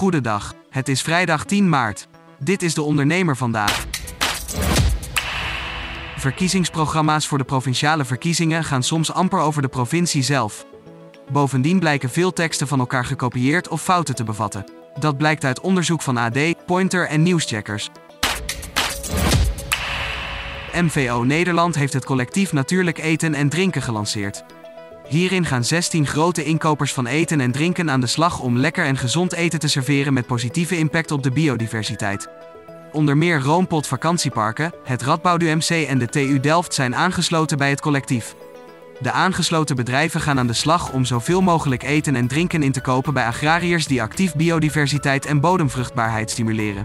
Goedendag. Het is vrijdag 10 maart. Dit is De Ondernemer vandaag. Verkiezingsprogramma's voor de provinciale verkiezingen gaan soms amper over de provincie zelf. Bovendien blijken veel teksten van elkaar gekopieerd of fouten te bevatten. Dat blijkt uit onderzoek van AD, Pointer en Nieuwscheckers. MVO Nederland heeft het collectief Natuurlijk Eten en Drinken gelanceerd. Hierin gaan 16 grote inkopers van eten en drinken aan de slag om lekker en gezond eten te serveren met positieve impact op de biodiversiteit. Onder meer Roompot Vakantieparken, het Radboud UMC en de TU Delft zijn aangesloten bij het collectief. De aangesloten bedrijven gaan aan de slag om zoveel mogelijk eten en drinken in te kopen bij agrariërs die actief biodiversiteit en bodemvruchtbaarheid stimuleren.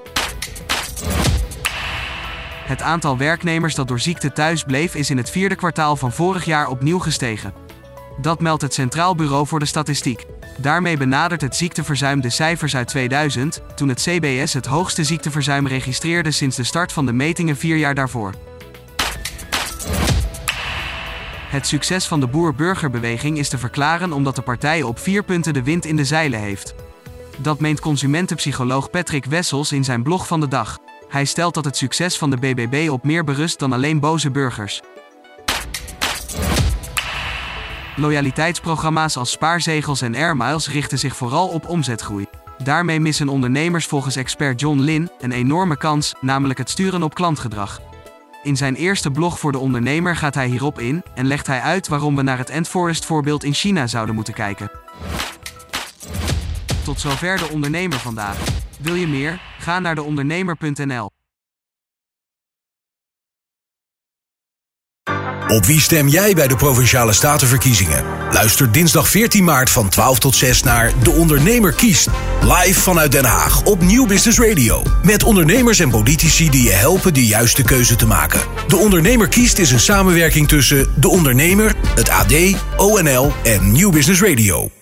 Het aantal werknemers dat door ziekte thuis bleef is in het 4e kwartaal van vorig jaar opnieuw gestegen. Dat meldt het Centraal Bureau voor de Statistiek. Daarmee benadert het ziekteverzuim de cijfers uit 2000, toen het CBS het hoogste ziekteverzuim registreerde sinds de start van de metingen 4 jaar daarvoor. Het succes van de boer-burgerbeweging is te verklaren omdat de partij op 4 punten de wind in de zeilen heeft. Dat meent consumentenpsycholoog Patrick Wessels in zijn blog van de dag. Hij stelt dat het succes van de BBB op meer berust dan alleen boze burgers. Loyaliteitsprogramma's als spaarzegels en airmiles richten zich vooral op omzetgroei. Daarmee missen ondernemers volgens expert John Lin een enorme kans, namelijk het sturen op klantgedrag. In zijn eerste blog voor De Ondernemer gaat hij hierop in en legt hij uit waarom we naar het Endforest voorbeeld in China zouden moeten kijken. Tot zover De Ondernemer vandaag. Wil je meer? Ga naar deondernemer.nl. Op wie stem jij bij de Provinciale Statenverkiezingen? Luister dinsdag 14 maart van 12 tot 6 naar De Ondernemer kiest. Live vanuit Den Haag op Nieuw Business Radio. Met ondernemers en politici die je helpen de juiste keuze te maken. De Ondernemer kiest is een samenwerking tussen De Ondernemer, het AD, ONL en Nieuw Business Radio.